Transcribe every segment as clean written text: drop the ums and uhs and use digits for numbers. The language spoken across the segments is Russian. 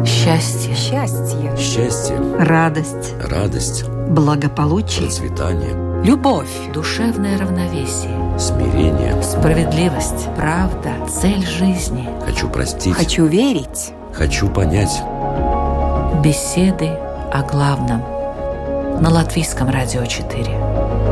Счастье. Счастье. Счастье. Радость. Радость. Благополучие. Процветание. Любовь. Душевное равновесие. Смирение. Справедливость. Правда. Цель жизни. Хочу простить. Хочу верить. Хочу понять. Беседы о главном. На Латвийском радио 4.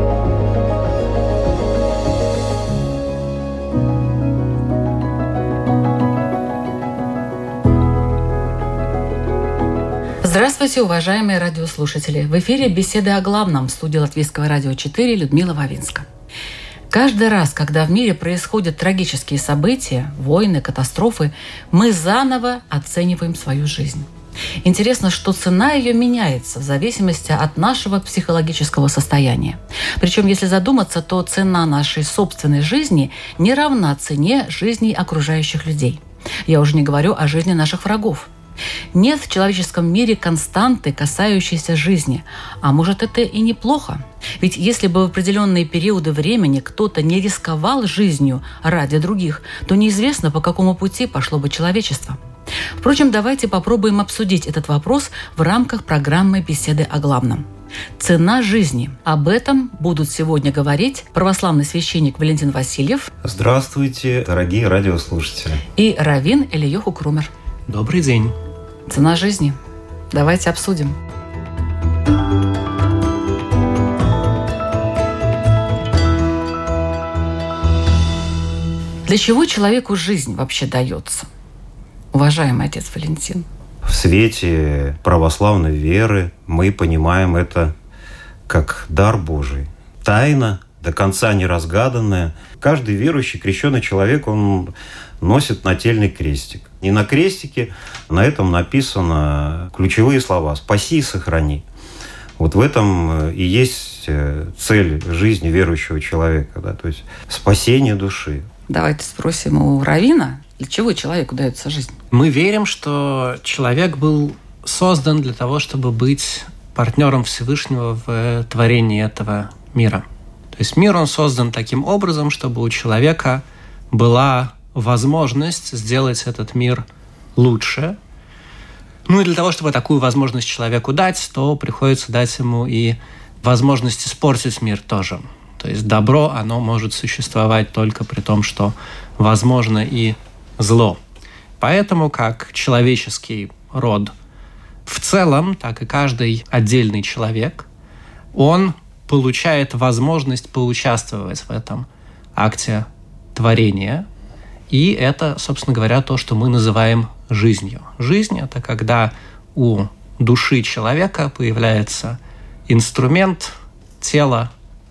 Здравствуйте, уважаемые радиослушатели! В эфире «Беседы о главном» в студии Латвийского радио 4 Людмила Вавинска. Каждый раз, когда в мире происходят трагические события, войны, катастрофы, мы заново оцениваем свою жизнь. Интересно, что цена ее меняется в зависимости от нашего психологического состояния. Причем, если задуматься, то цена нашей собственной жизни не равна цене жизни окружающих людей. Я уже не говорю о жизни наших врагов. Нет в человеческом мире константы, касающейся жизни. А может, это и неплохо? Ведь если бы в определенные периоды времени кто-то не рисковал жизнью ради других, то неизвестно, по какому пути пошло бы человечество. Впрочем, давайте попробуем обсудить этот вопрос в рамках программы «Беседы о главном». Цена жизни. Об этом будут сегодня говорить православный священник Валентин Васильев. Здравствуйте, дорогие радиослушатели. И раввин Элиеху Крумер. Добрый день. Цена жизни. Давайте обсудим. Для чего человеку жизнь вообще дается? Уважаемый отец Валентин. В свете православной веры мы понимаем это как дар Божий. Тайна, до конца не разгаданная. Каждый верующий, крещенный человек, он носит нательный крестик. И на крестике на этом написано ключевые слова «спаси и сохрани». Вот в этом и есть цель жизни верующего человека, да, то есть спасение души. Давайте спросим у раввина, для чего человеку дается жизнь? Мы верим, что человек был создан для того, чтобы быть партнером Всевышнего в творении этого мира. То есть мир, он создан таким образом, чтобы у человека была возможность сделать этот мир лучше. Ну и для того, чтобы такую возможность человеку дать, то приходится дать ему и возможность испортить мир тоже. То есть добро, оно может существовать только при том, что возможно и зло. Поэтому как человеческий род в целом, так и каждый отдельный человек, он получает возможность поучаствовать в этом акте творения. И это, собственно говоря, то, что мы называем жизнью. Жизнь – это когда у души человека появляется инструмент, тело,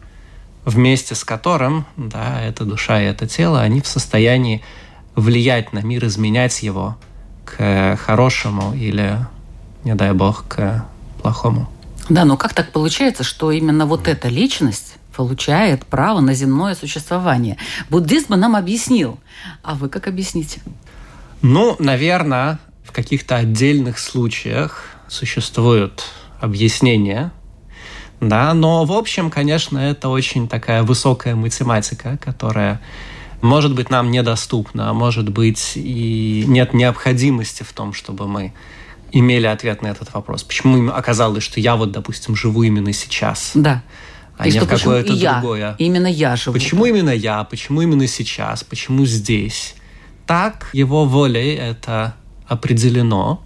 вместе с которым, да, эта душа и это тело, они в состоянии влиять на мир, изменять его к хорошему или, не дай бог, к плохому. Да, но как так получается, что именно вот эта личность получает право на земное существование? Буддизм бы нам объяснил. А вы как объясните? Ну, наверное, в каких-то отдельных случаях существуют объяснения, да, но в общем, конечно, это очень такая высокая математика, которая, может быть, нам недоступна, а может быть, и нет необходимости в том, чтобы мы имели ответ на этот вопрос. Почему оказалось, что я вот, допустим, живу именно сейчас? Да. А не в какое-то другое. Именно я живу. Почему именно я? Почему именно сейчас? Почему здесь? Так его волей это определено.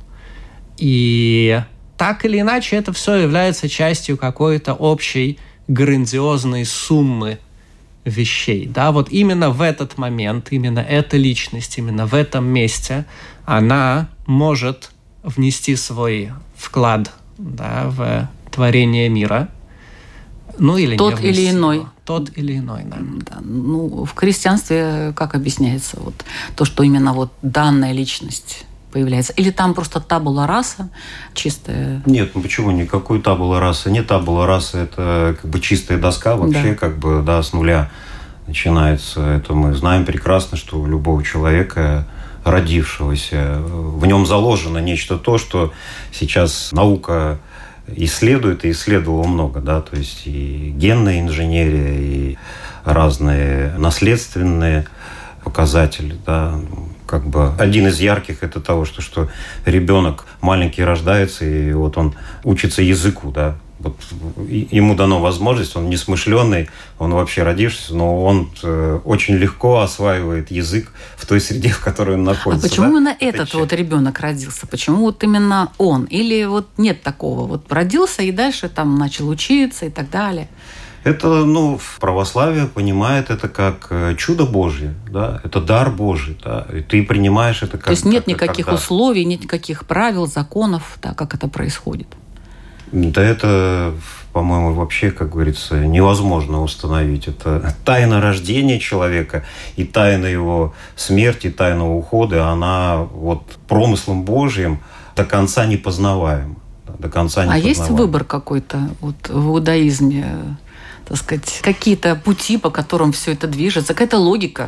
И так или иначе это все является частью какой-то общей грандиозной суммы вещей. Да? Вот именно в этот момент, именно эта личность, именно в этом месте она может внести свой вклад, да, в творение мира. Ну, или тот или иной. Тот или иной, да. Да. Ну, в христианстве как объясняется вот то, что именно вот данная личность появляется? Или там просто табула раса чистая? Нет, ну почему? Никакой табула расы. Нет, табула расы – это как бы чистая доска вообще, да. Как бы, да, с нуля начинается. Это мы знаем прекрасно, что у любого человека, родившегося, в нем заложено нечто то, что сейчас наука исследует и исследовала много, да, то есть и генная инженерия, и разные наследственные показатели, да, как бы один из ярких это того, что ребенок маленький рождается, и вот он учится языку, да. Вот ему дано возможность, он несмышленый, он вообще родившийся, но он очень легко осваивает язык в той среде, в которой он находится. А почему именно этот вот ребенок родился? Почему вот именно он? Или вот нет такого? Вот родился и дальше там начал учиться и так далее? Это, в православии понимает это как чудо Божье, да, это дар Божий, да, и ты принимаешь это как... То есть нет никаких условий, нет никаких правил, законов, да, как это происходит? Да это, по-моему, вообще, как говорится, невозможно установить. Это тайна рождения человека и тайна его смерти, тайна ухода, она вот промыслом Божьим до конца не познаваема. До конца не познаваема. Есть выбор какой-то вот в иудаизме, так сказать, какие-то пути, по которым все это движется, какая-то логика?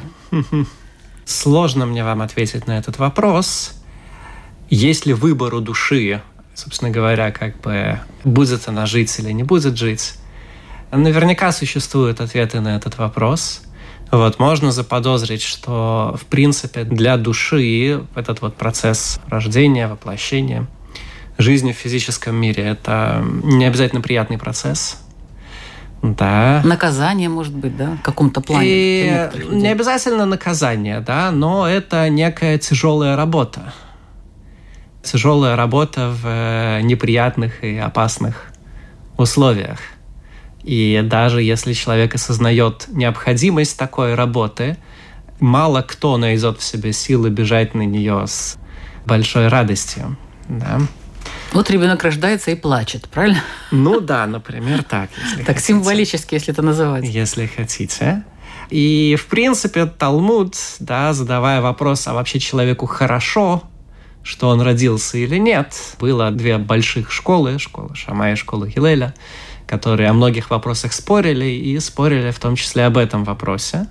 Сложно мне вам ответить на этот вопрос. Есть ли выбор у души? Собственно говоря, будет она жить или не будет жить. Наверняка существуют ответы на этот вопрос. Вот, можно заподозрить, что, в принципе, для души этот вот процесс рождения, воплощения, жизни в физическом мире – это не обязательно приятный процесс. Да. Наказание, может быть, да, в каком-то плане. И не обязательно наказание, да, но это некая тяжелая работа. Тяжелая работа в неприятных и опасных условиях. И даже если человек осознает необходимость такой работы, мало кто найдет в себе силы бежать на нее с большой радостью. Да? Вот ребенок рождается и плачет, правильно? Да, например, так. Так символически, если это называть. Если хотите. И, в принципе, Талмуд, да, задавая вопрос, а вообще человеку хорошо, что он родился или нет. Было две больших школы, школа Шамая и школа Гилеля, которые о многих вопросах спорили, и спорили в том числе об этом вопросе.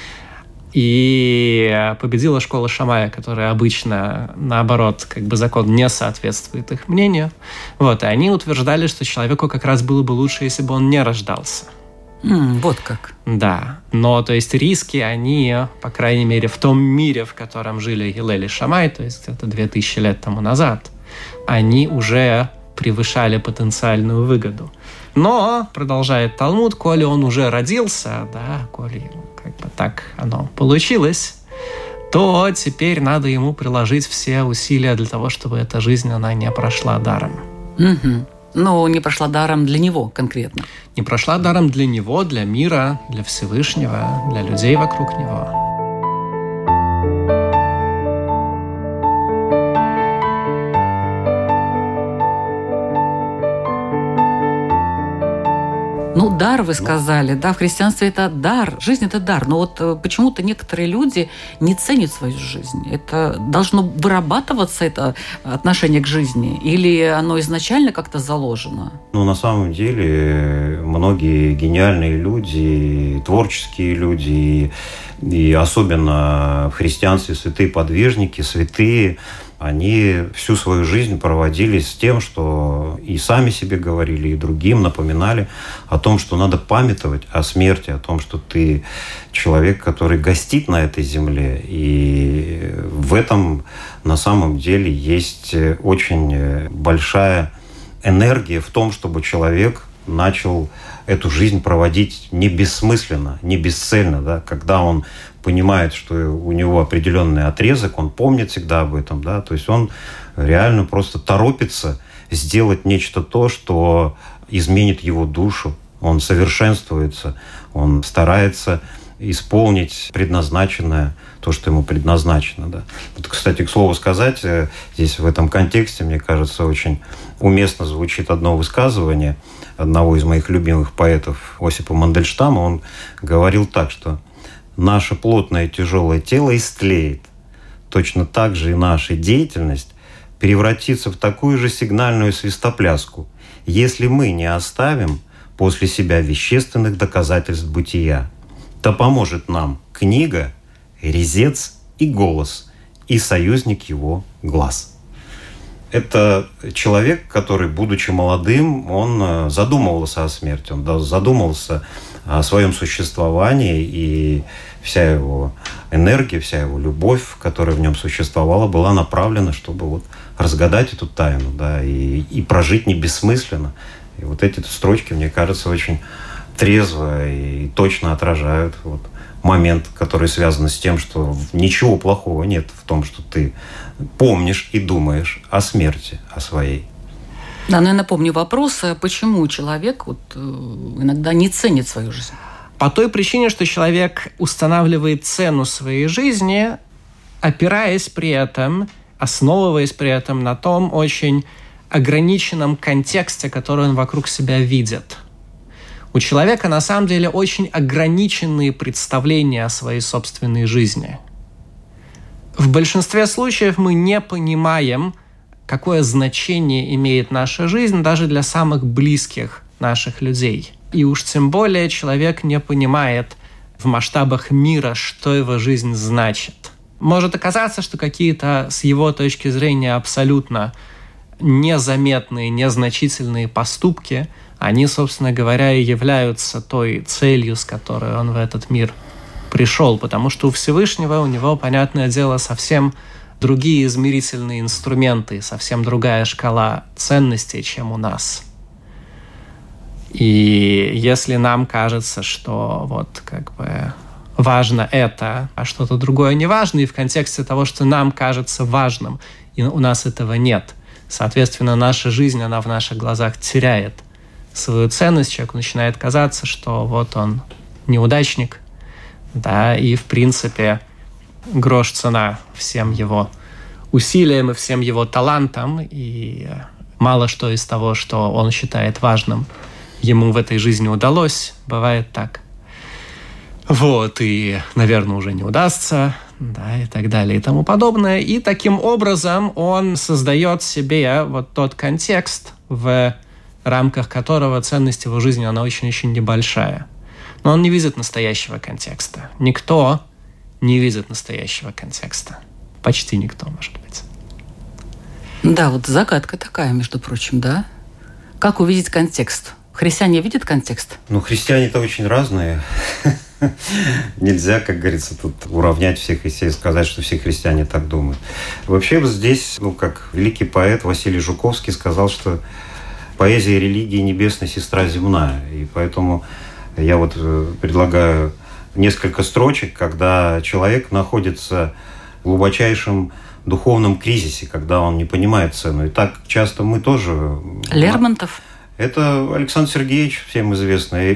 И победила школа Шамая, которая обычно, наоборот, закон не соответствует их мнению. Вот, и они утверждали, что человеку как раз было бы лучше, если бы он не рождался. Вот как. Да, но то есть риски, они, по крайней мере, в том мире, в котором жили Гилель и Шамай, то есть где-то 2000 лет тому назад, они уже превышали потенциальную выгоду. Но, продолжает Талмуд, коли он уже родился, да, коли так оно получилось, то теперь надо ему приложить все усилия для того, чтобы эта жизнь, она не прошла даром. Не прошла даром для него конкретно. Не прошла даром для него, для мира, для Всевышнего, для людей вокруг него. Дар, вы сказали, да, в христианстве это дар, жизнь это дар, но вот почему-то некоторые люди не ценят свою жизнь. Это должно вырабатываться, это отношение к жизни, или оно изначально как-то заложено? На самом деле, многие гениальные люди, творческие люди, и особенно в христианстве святые подвижники, святые, они всю свою жизнь проводили с тем, что и сами себе говорили, и другим напоминали о том, что надо памятовать о смерти, о том, что ты человек, который гостит на этой земле. И в этом на самом деле есть очень большая энергия в том, чтобы человек начал эту жизнь проводить не бессмысленно, не бесцельно, да, когда он понимает, что у него определенный отрезок, он помнит всегда об этом, да, то есть он реально просто торопится сделать нечто то, что изменит его душу, он совершенствуется, он старается исполнить предназначенное, то, что ему предназначено. Да. Вот, кстати, к слову сказать, здесь в этом контексте, мне кажется, очень уместно звучит одно высказывание одного из моих любимых поэтов Осипа Мандельштама. Он говорил так, что наше плотное тяжелое тело истлеет. Точно так же и наша деятельность превратится в такую же сигнальную свистопляску, если мы не оставим после себя вещественных доказательств бытия. То поможет нам книга, резец и голос, и союзник его глаз. Это человек, который, будучи молодым, он задумывался о смерти, он задумывался о своем существовании, и вся его энергия, вся его любовь, которая в нем существовала, была направлена, чтобы вот разгадать эту тайну, да, и прожить не бессмысленно. И вот эти строчки, мне кажется, очень трезво и точно отражают вот момент, который связан с тем, что ничего плохого нет в том, что ты помнишь и думаешь о смерти, о своей. Да, но я напомню вопрос, почему человек вот иногда не ценит свою жизнь? По той причине, что человек устанавливает цену своей жизни, опираясь при этом, основываясь при этом на том очень ограниченном контексте, который он вокруг себя видит. У человека на самом деле очень ограниченные представления о своей собственной жизни. В большинстве случаев мы не понимаем, какое значение имеет наша жизнь даже для самых близких наших людей. И уж тем более человек не понимает в масштабах мира, что его жизнь значит. Может оказаться, что какие-то с его точки зрения абсолютно незаметные, незначительные поступки, они, собственно говоря, и являются той целью, с которой он в этот мир пришел. Потому что у Всевышнего, у него, понятное дело, совсем другие измерительные инструменты, совсем другая шкала ценностей, чем у нас. И если нам кажется, что вот как бы важно это, а что-то другое не важно, и в контексте того, что нам кажется важным, и у нас этого нет, соответственно, наша жизнь, она в наших глазах теряет свою ценность, человеку начинает казаться, что вот он неудачник, да, и в принципе грош цена всем его усилиям и всем его талантам, и мало что из того, что он считает важным, ему в этой жизни удалось, бывает так. Вот, и, наверное, уже не удастся, да, и так далее, и тому подобное. И таким образом он создает себе вот тот контекст, в рамках которого ценность его жизни, она очень-очень небольшая. Но он не видит настоящего контекста. Никто не видит настоящего контекста. Почти никто, может быть. Да, вот загадка такая, между прочим, да? Как увидеть контекст? Христиане видят контекст? Ну, христиане-то очень разные. Нельзя, как говорится, тут уравнять всех и сказать, что все христиане так думают. Вообще здесь, как великий поэт Василий Жуковский сказал, что поэзия религии небесная сестра земная. И поэтому я вот предлагаю несколько строчек, когда человек находится в глубочайшем духовном кризисе, когда он не понимает цену. И так часто мы тоже... Лермонтов? Это Александр Сергеевич, всем известный,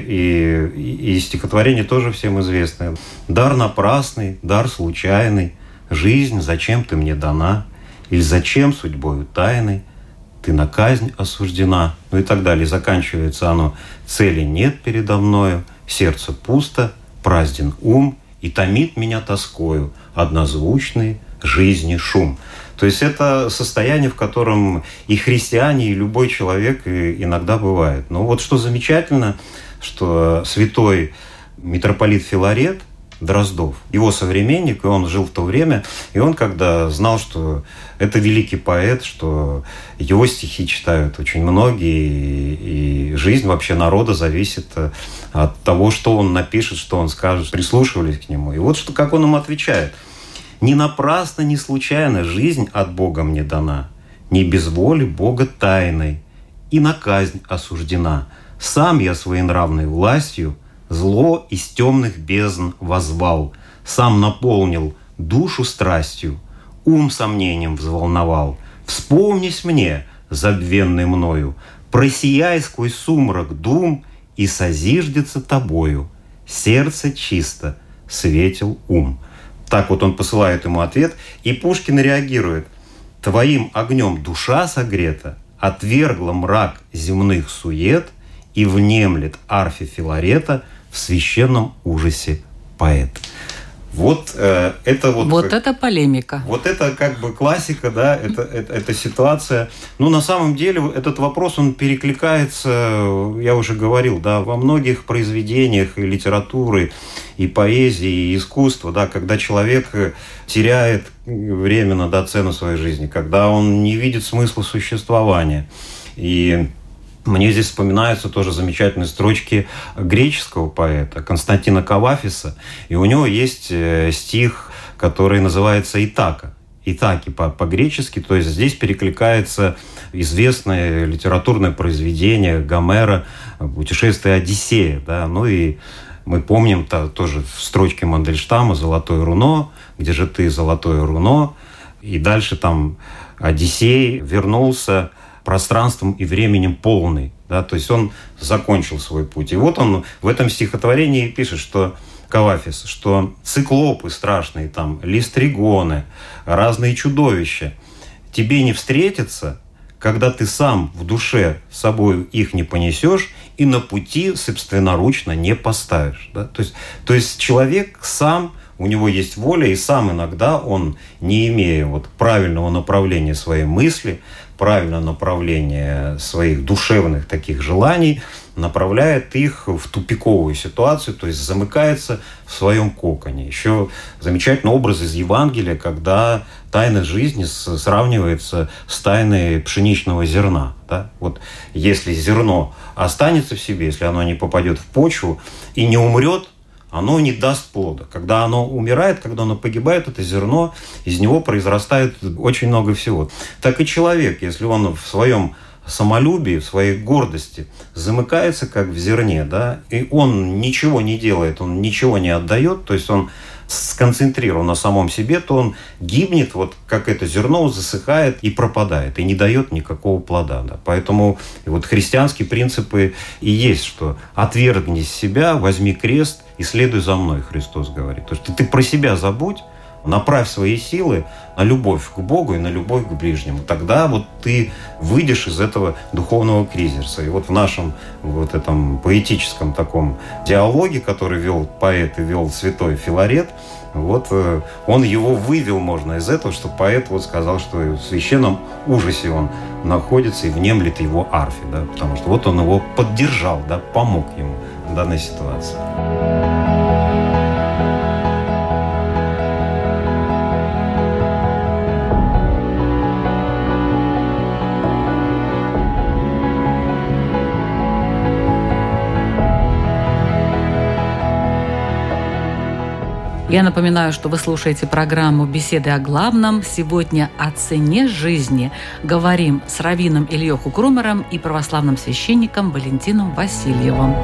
и стихотворение тоже всем известное. «Дар напрасный, дар случайный, жизнь, зачем ты мне дана? Или зачем судьбою тайной ты на казнь осуждена?» Ну и так далее. Заканчивается оно: «Цели нет передо мною, сердце пусто, празден ум, и томит меня тоскою однозвучный жизни шум». То есть это состояние, в котором и христиане, и любой человек иногда бывает. Но вот что замечательно, что святой митрополит Филарет Дроздов, его современник, и он жил в то время, и он, когда знал, что это великий поэт, что его стихи читают очень многие, и жизнь вообще народа зависит от того, что он напишет, что он скажет, прислушивались к нему. И вот что, как он им отвечает: «Не напрасно, не случайно жизнь от Бога мне дана, не без воли Бога тайной, и на казнь осуждена. Сам я своенравной властью зло из темных бездн воззвал, сам наполнил душу страстью, ум сомнением взволновал. Вспомнись мне, забвенный мною, просияй сквозь сумрак дум, и созиждется тобою. Сердце чисто, светил ум». Так вот он посылает ему ответ, и Пушкин реагирует: «Твоим огнем душа согрета, отвергла мрак земных сует, и внемлет арфе Филарета в священном ужасе поэт». Вот это вот... Вот это полемика. Вот это как бы классика, да, это ситуация. Ну, на самом деле, этот вопрос, он перекликается, я уже говорил, да, во многих произведениях и литературы, и поэзии, и искусства, да, когда человек теряет временно, да, цену своей жизни, когда он не видит смысла существования. И Мне здесь вспоминаются тоже замечательные строчки греческого поэта Константина Кавафиса. И у него есть стих, который называется «Итака». «Итаки» по-гречески. То есть здесь перекликается известное литературное произведение Гомера «Путешествие Одиссея». Да? Ну и мы помним тоже в строчке Мандельштама «Золотое руно», «Где же ты, золотое руно?» И дальше там Одиссей вернулся пространством и временем полный. Да? То есть он закончил свой путь. И вот он в этом стихотворении пишет, что Кавафис, что циклопы страшные, там, листригоны, разные чудовища тебе не встретятся, когда ты сам в душе с собой их не понесешь и на пути собственноручно не поставишь. Да? То есть человек сам, у него есть воля, и сам иногда он, не имея правильного направления своей мысли, правильное направление своих душевных таких желаний, направляет их в тупиковую ситуацию, то есть замыкается в своем коконе. Еще замечательный образ из Евангелия, когда тайна жизни сравнивается с тайной пшеничного зерна. Да? Вот если зерно останется в себе, если оно не попадет в почву и не умрет, оно не даст плода. Когда оно умирает, когда оно погибает, это зерно, из него произрастает очень много всего. Так и человек, если он в своем самолюбии, в своей гордости замыкается, как в зерне, да, и он ничего не делает, он ничего не отдает, то есть он сконцентрирован на самом себе, то он гибнет, как это зерно засыхает и пропадает, и не дает никакого плода. Да. Поэтому христианские принципы и есть, что отвергни себя, возьми крест и следуй за мной, Христос говорит. То есть ты про себя забудь, направь свои силы на любовь к Богу и на любовь к ближнему. Тогда ты выйдешь из этого духовного кризиса. И в нашем этом поэтическом таком диалоге, который вел поэт и вел святой Филарет, он его вывел, можно, из этого, что поэт сказал, что в священном ужасе он находится и внемлет его арфе. Да, потому что он его поддержал, да, помог ему в данной ситуации. Я напоминаю, что вы слушаете программу «Беседы о главном». Сегодня о цене жизни говорим с раввином Ильёху Крумером и православным священником Валентином Васильевым.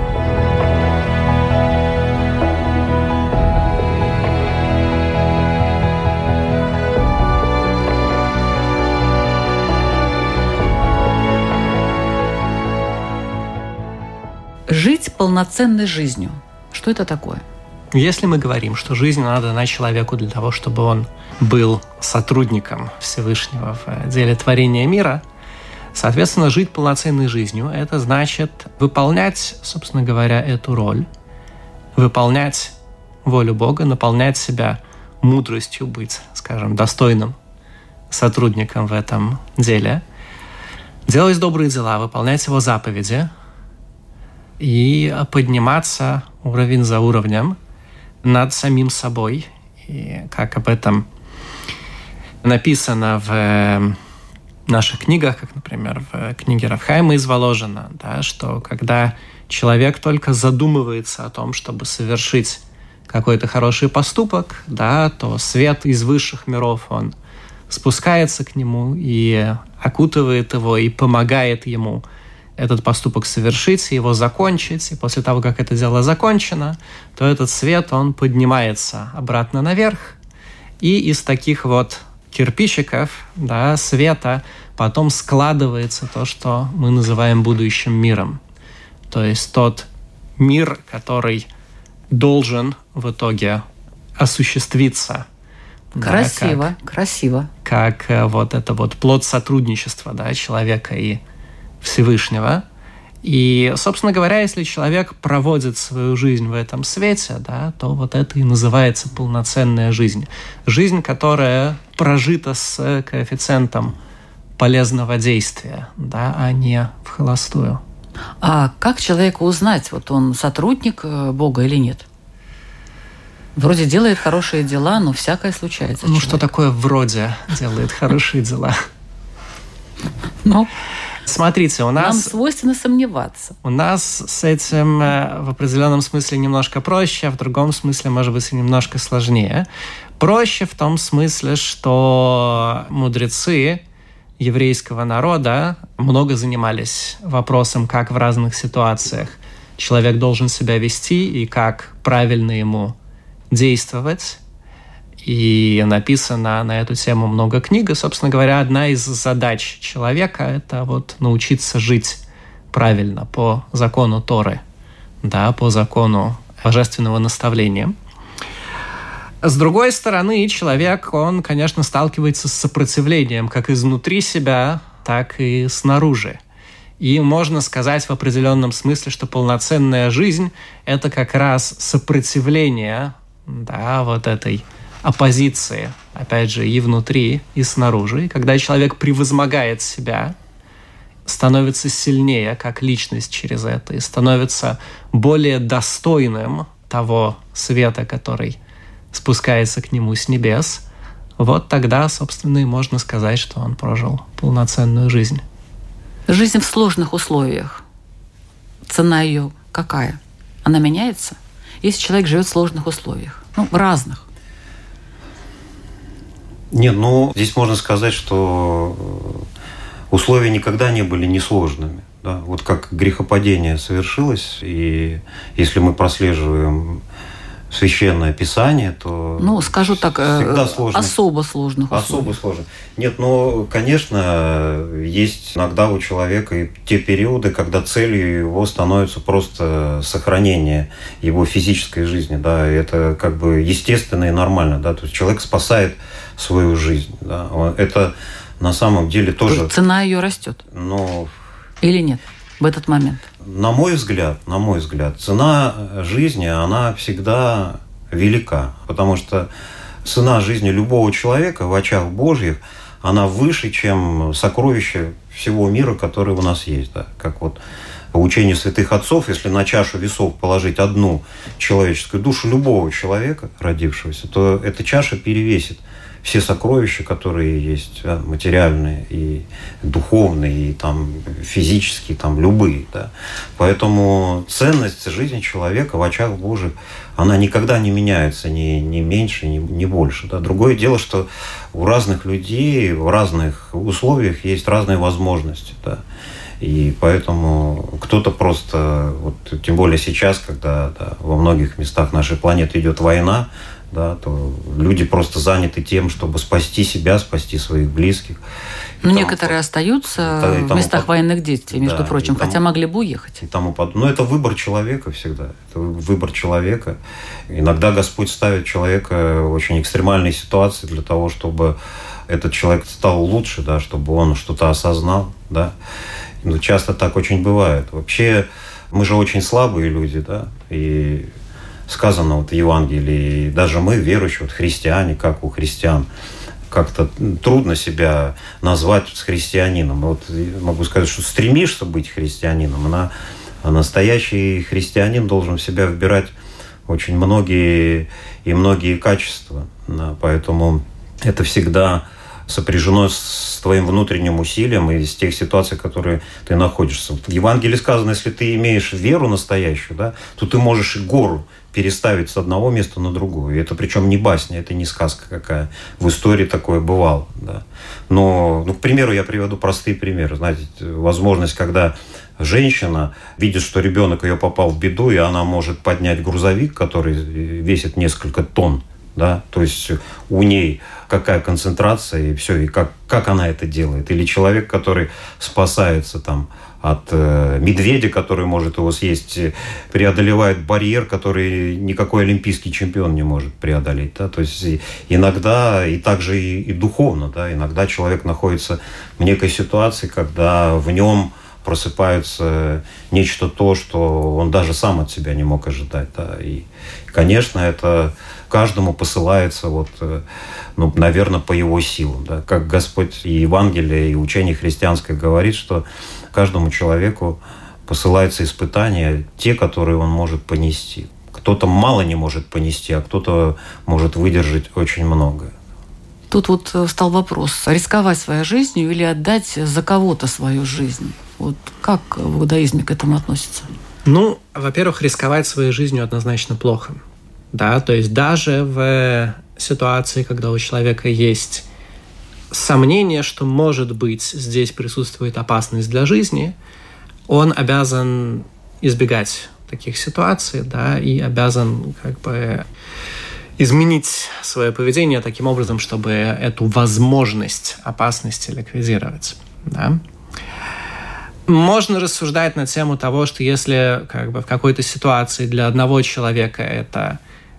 Жить полноценной жизнью. Что это такое? Если мы говорим, что жизнь надо дана человеку для того, чтобы он был сотрудником Всевышнего в деле творения мира, соответственно, жить полноценной жизнью – это значит выполнять, собственно говоря, эту роль, выполнять волю Бога, наполнять себя мудростью, быть, скажем, достойным сотрудником в этом деле, делать добрые дела, выполнять его заповеди и подниматься уровень за уровнем над самим собой. И как об этом написано в наших книгах, как, например, в книге Рав Хаима из Воложина, да, что когда человек только задумывается о том, чтобы совершить какой-то хороший поступок, да, то свет из высших миров, он спускается к нему и окутывает его, и помогает ему этот поступок совершить, его закончить. И после того, как это дело закончено, то этот свет, он поднимается обратно наверх. И из таких кирпичиков, да, света потом складывается то, что мы называем будущим миром. То есть тот мир, который должен в итоге осуществиться. Красиво, да, красиво. Как это плод сотрудничества, да, человека и Всевышнего. И, собственно говоря, если человек проводит свою жизнь в этом свете, да, то это и называется полноценная жизнь. Жизнь, которая прожита с коэффициентом полезного действия, да, а не в холостую. А как человеку узнать, он сотрудник Бога или нет? Вроде делает хорошие дела, но всякое случается. Что такое вроде делает хорошие дела? Смотрите, Нам свойственно сомневаться. У нас с этим в определенном смысле немножко проще, а в другом смысле, может быть, и немножко сложнее. Проще в том смысле, что мудрецы еврейского народа много занимались вопросом, как в разных ситуациях человек должен себя вести и как правильно ему действовать. И написано на эту тему много книг. И, собственно говоря, одна из задач человека – это вот научиться жить правильно по закону Торы, да, по закону божественного наставления. С другой стороны, человек, он, конечно, сталкивается с сопротивлением как изнутри себя, так и снаружи. И можно сказать в определенном смысле, что полноценная жизнь – это как раз сопротивление, да, вот этой оппозиции, опять же, и внутри, и снаружи. И когда человек превозмогает себя, становится сильнее как личность через это и становится более достойным того света, который спускается к нему с небес, вот тогда, собственно, и можно сказать, что он прожил полноценную жизнь. Жизнь в сложных условиях. Цена ее какая? Она меняется? Если человек живет в сложных условиях, в разных. Нет, здесь можно сказать, что условия никогда не были несложными. Да? Вот как грехопадение совершилось, и если мы прослеживаем Священное Писание, то скажу так, всегда сложно. Особо сложных условиях. Особо сложно. Нет, конечно, есть иногда у человека и те периоды, когда целью его становится просто сохранение его физической жизни. Да? Это как бы естественно и нормально. Да? То есть человек спасает свою жизнь. Да? Это на самом деле тоже... Цена ее растет? Или нет? В этот момент? На мой взгляд, цена жизни, она всегда велика. Потому что цена жизни любого человека в очах Божьих, она выше, чем сокровище всего мира, которое у нас есть. Да? Как вот по учению святых отцов, если на чашу весов положить одну человеческую душу любого человека, родившегося, то эта чаша перевесит все сокровища, которые есть, материальные и духовные, и физические, любые. Да. Поэтому ценность жизни человека в очах Божьих, она никогда не меняется, ни меньше, ни больше. Да. Другое дело, что у разных людей в разных условиях есть разные возможности. Да. И поэтому кто-то просто, тем более сейчас, когда во многих местах нашей планеты идет война, да, то люди просто заняты тем, чтобы спасти себя, спасти своих близких. Некоторые остаются в местах военных действий, между прочим, хотя могли бы уехать. Но это выбор человека всегда. Это выбор человека. Иногда Господь ставит человека в очень экстремальные ситуации для того, чтобы этот человек стал лучше, да, чтобы он что-то осознал. Да. Но часто так очень бывает. Вообще, мы же очень слабые люди, да, и сказано в Евангелии, даже мы, верующие, христиане, как у христиан, как-то трудно себя назвать христианином. Могу сказать, что стремишься быть христианином, а настоящий христианин должен в себя вбирать очень многие качества. Да, поэтому это всегда сопряжено с твоим внутренним усилием и с тех ситуаций, в которых ты находишься. В Евангелии сказано, если ты имеешь веру настоящую, да, то ты можешь и гору переставить с одного места на другое. И это причем не басня, это не сказка какая. В истории такое бывало. Да. Но, к примеру, я приведу простые примеры. Знаете, возможность, когда женщина видит, что ребенок ее попал в беду, и она может поднять грузовик, который весит несколько тонн. Да? То есть у ней какая концентрация, и все, и как она это делает. Или человек, который спасается от медведя, который может его съесть, преодолевает барьер, который никакой олимпийский чемпион не может преодолеть. Да? То есть иногда, и также и духовно, да? Иногда человек находится в некой ситуации, когда в нем просыпается нечто то, что он даже сам от себя не мог ожидать. Да? И, конечно, это каждому посылается, наверное, по его силам. Да? Как Господь и Евангелие, и учение христианское говорит, что каждому человеку посылаются испытания, те, которые он может понести. Кто-то мало не может понести, а кто-то может выдержать очень многое. Тут вот встал вопрос, рисковать своей жизнью или отдать за кого-то свою жизнь? Вот как в иудаизме к этому относится? Ну, во-первых, рисковать своей жизнью однозначно плохо. Да, то есть даже в ситуации, когда у человека есть сомнение, что, может быть, здесь присутствует опасность для жизни, он обязан избегать таких ситуаций, да, и обязан изменить свое поведение таким образом, чтобы эту возможность опасности ликвидировать. Да. Можно рассуждать на тему того, что если в какой-то ситуации для одного человека это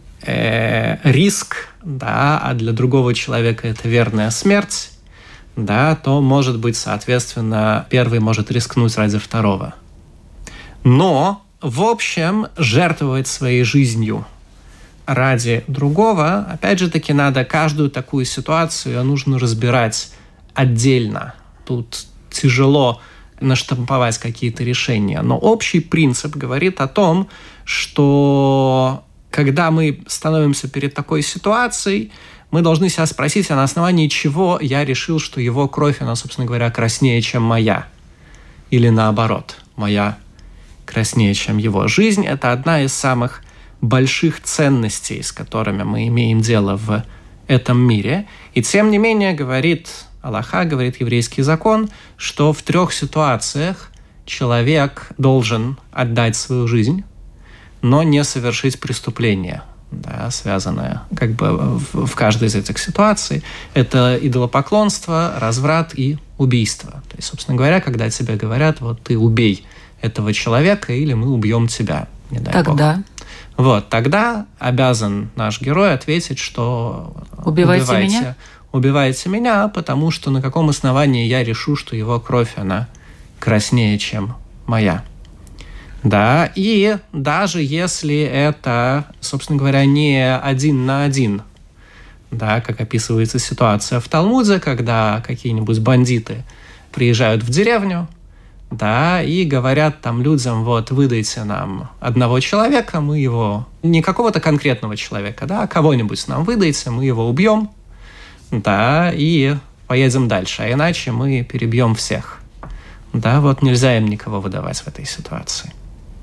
риск, да, а для другого человека это верная смерть, да, то, может быть, соответственно, первый может рискнуть ради второго. Но, в общем, жертвовать своей жизнью ради другого, опять же таки, надо каждую такую ситуацию нужно разбирать отдельно. Тут тяжело наштамповать какие-то решения. Но общий принцип говорит о том, что когда мы становимся перед такой ситуацией, мы должны себя спросить, а на основании чего я решил, что его кровь, она, собственно говоря, краснее, чем моя. Или наоборот, моя краснее, чем его. Жизнь – это одна из самых больших ценностей, с которыми мы имеем дело в этом мире. И тем не менее, говорит Аллаха, говорит еврейский закон, что в 3 ситуациях человек должен отдать свою жизнь, но не совершить преступление, да, связанное в каждой из этих ситуаций. Это идолопоклонство, разврат и убийство. То есть, собственно говоря, когда тебе говорят, вот ты убей этого человека или мы убьем тебя, не дай Бог. Вот, тогда обязан наш герой ответить, что убивайте меня, потому что на каком основании я решу, что его кровь, она краснее, чем моя. Да, и даже если это, собственно говоря, не 1 на 1, да, как описывается ситуация в Талмуде, когда какие-нибудь бандиты приезжают в деревню, да, и говорят там людям, вот, выдайте нам одного человека, мы его, не какого-то конкретного человека, да, а кого-нибудь нам выдайте, мы его убьем, да, и поедем дальше, а иначе мы перебьем всех. Да, вот нельзя им никого выдавать в этой ситуации.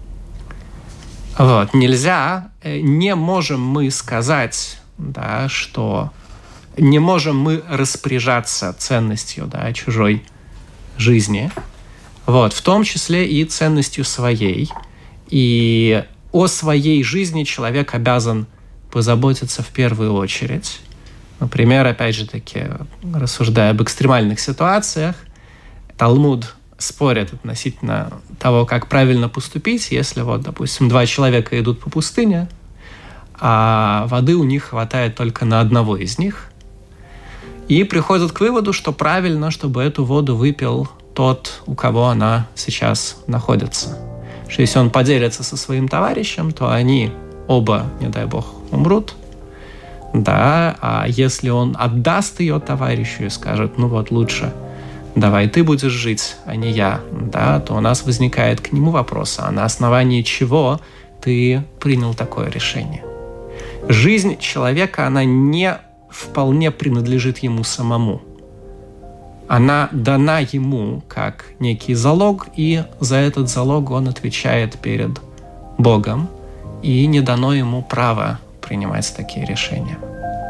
Вот, нельзя, не можем мы сказать, да, что не можем мы распоряжаться ценностью, да, чужой жизни, вот, в том числе и ценностью своей. И о своей жизни человек обязан позаботиться в первую очередь. Например, опять же таки, рассуждая об экстремальных ситуациях, Талмуд спорят относительно того, как правильно поступить, если, вот, допустим, 2 человека идут по пустыне, а воды у них хватает только на одного из них, и приходят к выводу, что правильно, чтобы эту воду выпил тот, у кого она сейчас находится. Что если он поделится со своим товарищем, то они оба, не дай бог, умрут, да, а если он отдаст ее товарищу и скажет, ну вот лучше давай ты будешь жить, а не я, да, то у нас возникает к нему вопрос, а на основании чего ты принял такое решение? Жизнь человека, она не вполне принадлежит ему самому. Она дана ему как некий залог, и за этот залог он отвечает перед Богом, и не дано ему право принимать такие решения.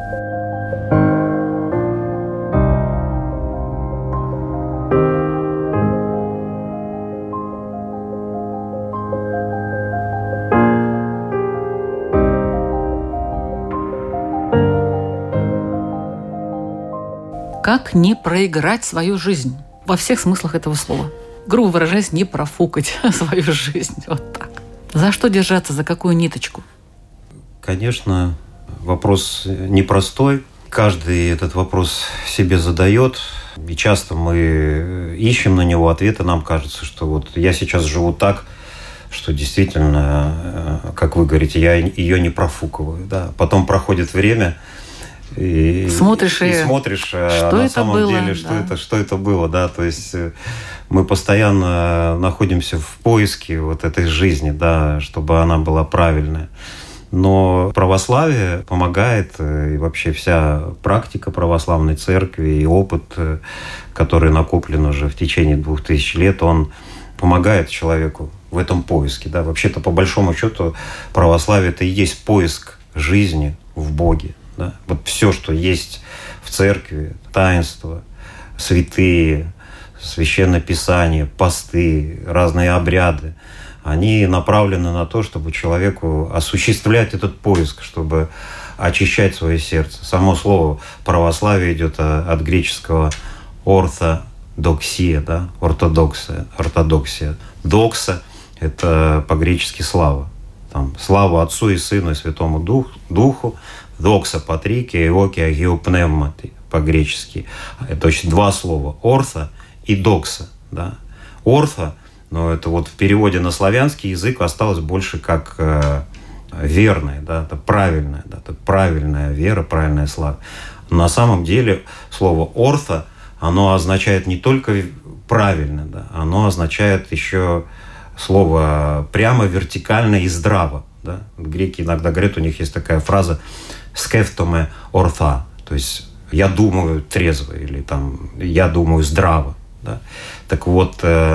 Как не проиграть свою жизнь? Во всех смыслах этого слова. Грубо выражаясь, не профукать свою жизнь. Вот так. За что держаться, за какую ниточку? Конечно, вопрос непростой. Каждый этот вопрос себе задает. И часто мы ищем на него ответы. Нам кажется, что вот я сейчас живу так, что действительно, как вы говорите, я ее не профукиваю. Да. Потом проходит время, и смотришь, что на это самом было, деле, что это было, да, то есть мы постоянно находимся в поиске вот этой жизни, да, чтобы она была правильная. Но православие помогает, и вообще вся практика православной церкви, и опыт, который накоплен уже в течение 2000 лет, он помогает человеку в этом поиске. Да? Вообще-то, по большому счету, православие – это и есть поиск жизни в Боге. Да? Вот все, что есть в церкви, таинства, святые, священное писание, посты, разные обряды, они направлены на то, чтобы человеку осуществлять этот поиск, чтобы очищать свое сердце. Само слово православие идет от греческого ортодоксия, да? Ортодоксия. Докса – это по-гречески слава. Там, слава Отцу и Сыну и Святому Духу. Докса патрике, эвокия геопневмати по-гречески. Это очень два слова – орто и докса. Да? Орто, но это вот в переводе на славянский язык осталось больше как верное, да? Это правильное, да? Это правильная вера, правильная слава. На самом деле слово орто, оно означает не только правильно, да? Оно означает еще слово прямо, вертикально и здраво. Да? Греки иногда говорят, у них есть такая фраза «скефтоме орта», то есть «я думаю трезво» или там «я думаю здраво». Да? Так вот,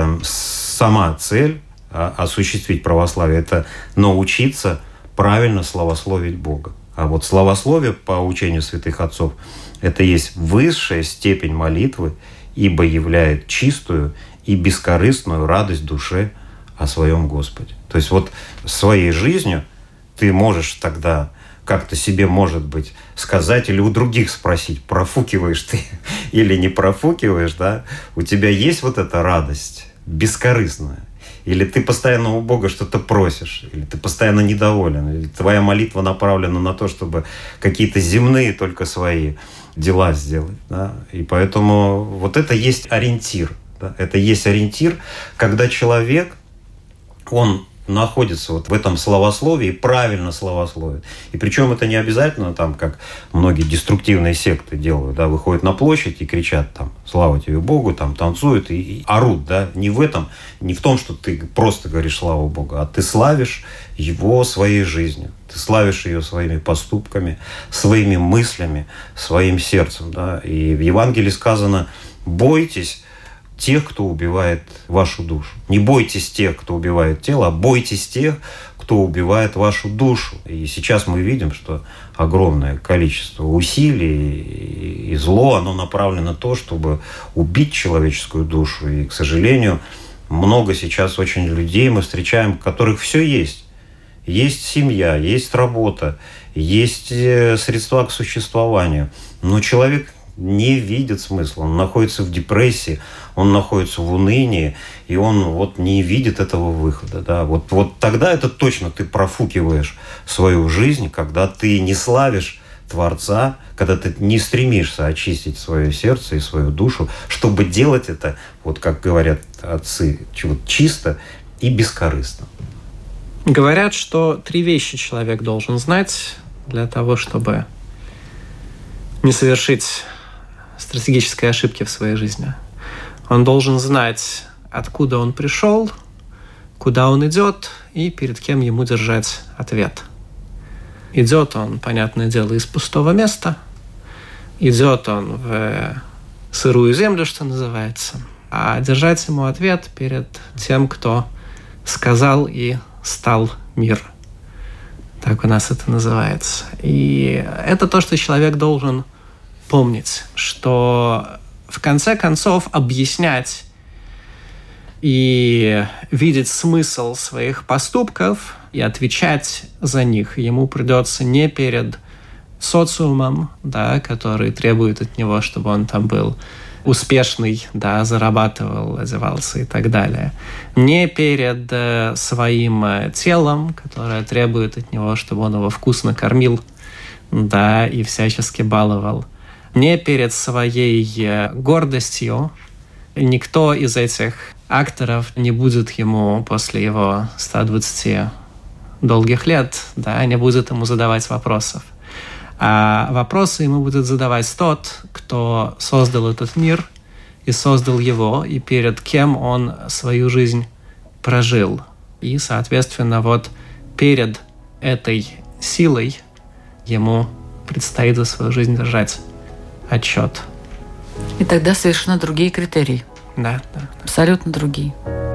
сама цель осуществить православие – это научиться правильно славословить Бога. А вот славословие, по учению святых отцов, это есть высшая степень молитвы, ибо являет чистую и бескорыстную радость душе о своем Господе. То есть вот своей жизнью ты можешь тогда как-то себе, может быть, сказать или у других спросить, профукиваешь ты или не профукиваешь, да? У тебя есть вот эта радость бескорыстная? Или ты постоянно у Бога что-то просишь, или ты постоянно недоволен, или твоя молитва направлена на то, чтобы какие-то земные только свои дела сделать, да? И поэтому вот это есть ориентир. Да? Это есть ориентир, когда человек, он находится вот в этом славословии, правильно славословит. И причем это не обязательно, там, как многие деструктивные секты делают, да, выходят на площадь и кричат там «Слава тебе Богу», там танцуют и орут, да, не в этом, не в том, что ты просто говоришь «Слава Богу», а ты славишь Его своей жизнью, ты славишь ее своими поступками, своими мыслями, своим сердцем, да. И в Евангелии сказано «Бойтесь тех, кто убивает вашу душу». Не бойтесь тех, кто убивает тело, а бойтесь тех, кто убивает вашу душу. И сейчас мы видим, что огромное количество усилий и зло, оно направлено на то, чтобы убить человеческую душу. И, к сожалению, много сейчас очень людей мы встречаем, у которых все есть. Есть семья, есть работа, есть средства к существованию. Но человек не видит смысла, он находится в депрессии, он находится в унынии, и он вот не видит этого выхода. Да? Вот тогда это точно ты профукиваешь свою жизнь, когда ты не славишь Творца, когда ты не стремишься очистить свое сердце и свою душу, чтобы делать это, вот как говорят отцы, чисто и бескорыстно. Говорят, что 3 вещи человек должен знать для того, чтобы не совершить стратегической ошибки в своей жизни. Он должен знать, откуда он пришел, куда он идет и перед кем ему держать ответ. Идет он, понятное дело, из пустого места, идет он в сырую землю, что называется, а держать ему ответ перед тем, кто сказал и стал мир. Так у нас это называется. И это то, что человек должен помнить, что в конце концов объяснять и видеть смысл своих поступков и отвечать за них ему придется не перед социумом, да, который требует от него, чтобы он там был успешный, да, зарабатывал, одевался и так далее. Не перед своим телом, которое требует от него, чтобы он его вкусно кормил, да, и всячески баловал. Не перед своей гордостью. Никто из этих акторов не будет ему после его 120 долгих лет, да, не будет ему задавать вопросов. А вопросы ему будет задавать тот, кто создал этот мир и создал его, и перед кем он свою жизнь прожил. И, соответственно, вот перед этой силой ему предстоит за свою жизнь держать отчет. И тогда совершенно другие критерии. Да. Абсолютно другие.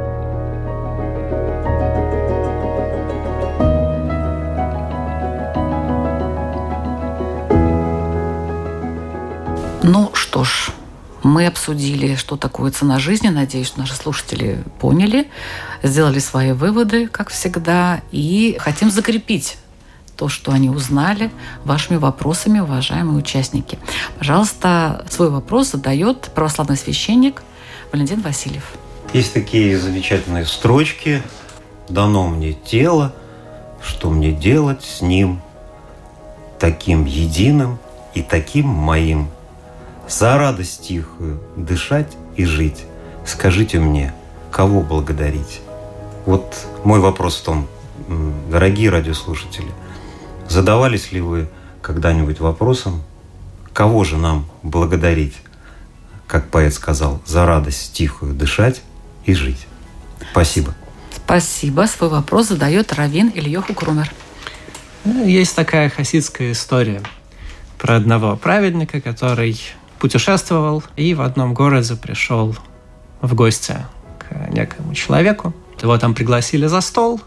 Ну что ж, мы обсудили, что такое цена жизни. Надеюсь, что наши слушатели поняли, сделали свои выводы, как всегда, и хотим закрепить то, что они узнали, вашими вопросами, уважаемые участники. Пожалуйста, свой вопрос задает православный священник Валентин Васильев. Есть такие замечательные строчки. «Дано мне тело, что мне делать с ним, таким единым и таким моим? За радость тихую дышать и жить. Скажите мне, кого благодарить?» Вот мой вопрос в том, дорогие радиослушатели, задавались ли вы когда-нибудь вопросом, кого же нам благодарить? Как поэт сказал, за радость тихую дышать и жить. Спасибо. Спасибо. Свой вопрос задает раввин Ильёху Крумер. Есть такая хасидская история про одного праведника, который путешествовал и в одном городе пришел в гости к некому человеку. Его там пригласили за стол,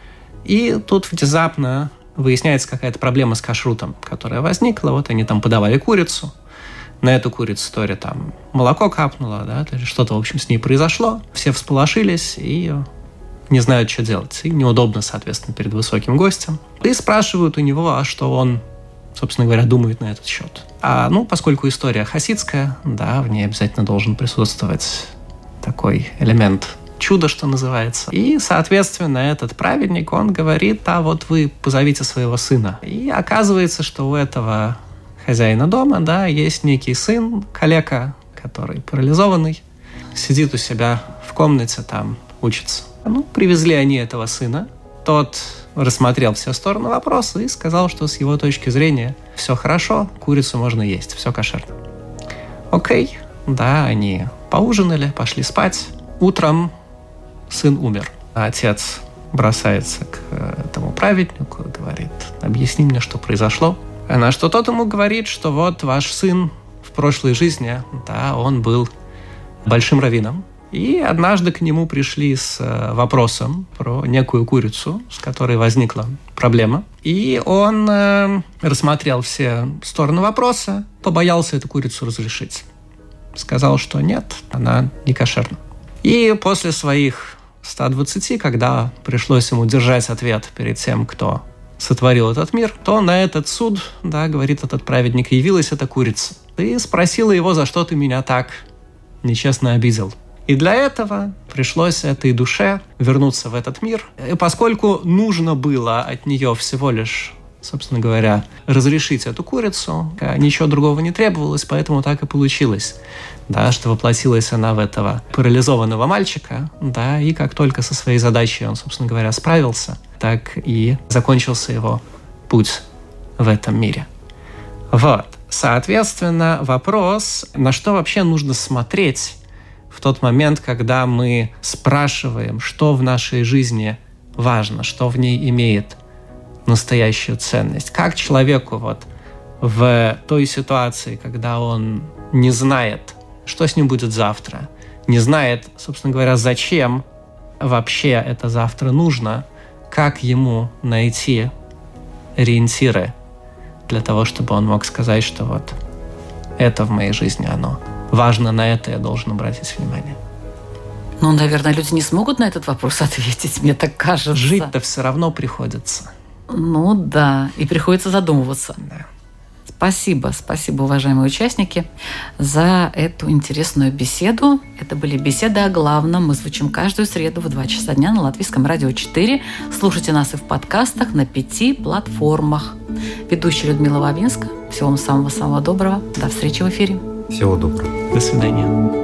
и тут внезапно выясняется какая-то проблема с кашрутом, которая возникла. Вот они там подавали курицу. На эту курицу то там молоко капнуло, да, то есть что-то, в общем, с ней произошло. Все всполошились и не знают, что делать. И неудобно, соответственно, перед высоким гостем. И спрашивают у него, а что он, собственно говоря, думает на этот счет. Поскольку история хасидская, да, в ней обязательно должен присутствовать такой элемент чуда, что называется. И, соответственно, этот праведник, он говорит, вот вы позовите своего сына. И оказывается, что у этого хозяина дома, да, есть некий сын, калека, который парализованный, сидит у себя в комнате, там учится. Привезли они этого сына. Тот рассмотрел все стороны вопроса и сказал, что с его точки зрения все хорошо, курицу можно есть, все кошерно. Окей, да, они поужинали, пошли спать. Утром сын умер. Отец бросается к этому праведнику и говорит, объясни мне, что произошло. На что тот ему говорит, что вот ваш сын в прошлой жизни, да, он был большим раввином. И однажды к нему пришли с вопросом про некую курицу, с которой возникла проблема. И он рассмотрел все стороны вопроса, побоялся эту курицу разрешить. Сказал, что нет, она не кошерна. И после своих 120, когда пришлось ему держать ответ перед тем, кто сотворил этот мир, то на этот суд, да, говорит этот праведник, явилась эта курица. И спросила его, за что ты меня так нечестно обидел. И для этого пришлось этой душе вернуться в этот мир. И поскольку нужно было от нее всего лишь, собственно говоря, разрешить эту курицу, ничего другого не требовалось, поэтому так и получилось, да, что воплотилась она в этого парализованного мальчика, да, и как только со своей задачей он, собственно говоря, справился, так и закончился его путь в этом мире. Вот. Соответственно, вопрос, на что вообще нужно смотреть в тот момент, когда мы спрашиваем, что в нашей жизни важно, что в ней имеет настоящую ценность. Как человеку в той ситуации, когда он не знает, что с ним будет завтра, не знает, собственно говоря, зачем вообще это завтра нужно, как ему найти ориентиры для того, чтобы он мог сказать, что это в моей жизни оно. Важно, на это я должен обратить внимание. Наверное, люди не смогут на этот вопрос ответить, мне так кажется. Жить-то все равно приходится. Да, и приходится задумываться. Да. Спасибо, уважаемые участники, за эту интересную беседу. Это были беседы о главном. Мы звучим каждую среду в 2 часа дня на Латвийском радио 4. Слушайте нас и в подкастах на 5 платформах. Ведущая Людмила Вавинска. Всего вам самого-самого доброго. До встречи в эфире. Всего доброго. До свидания.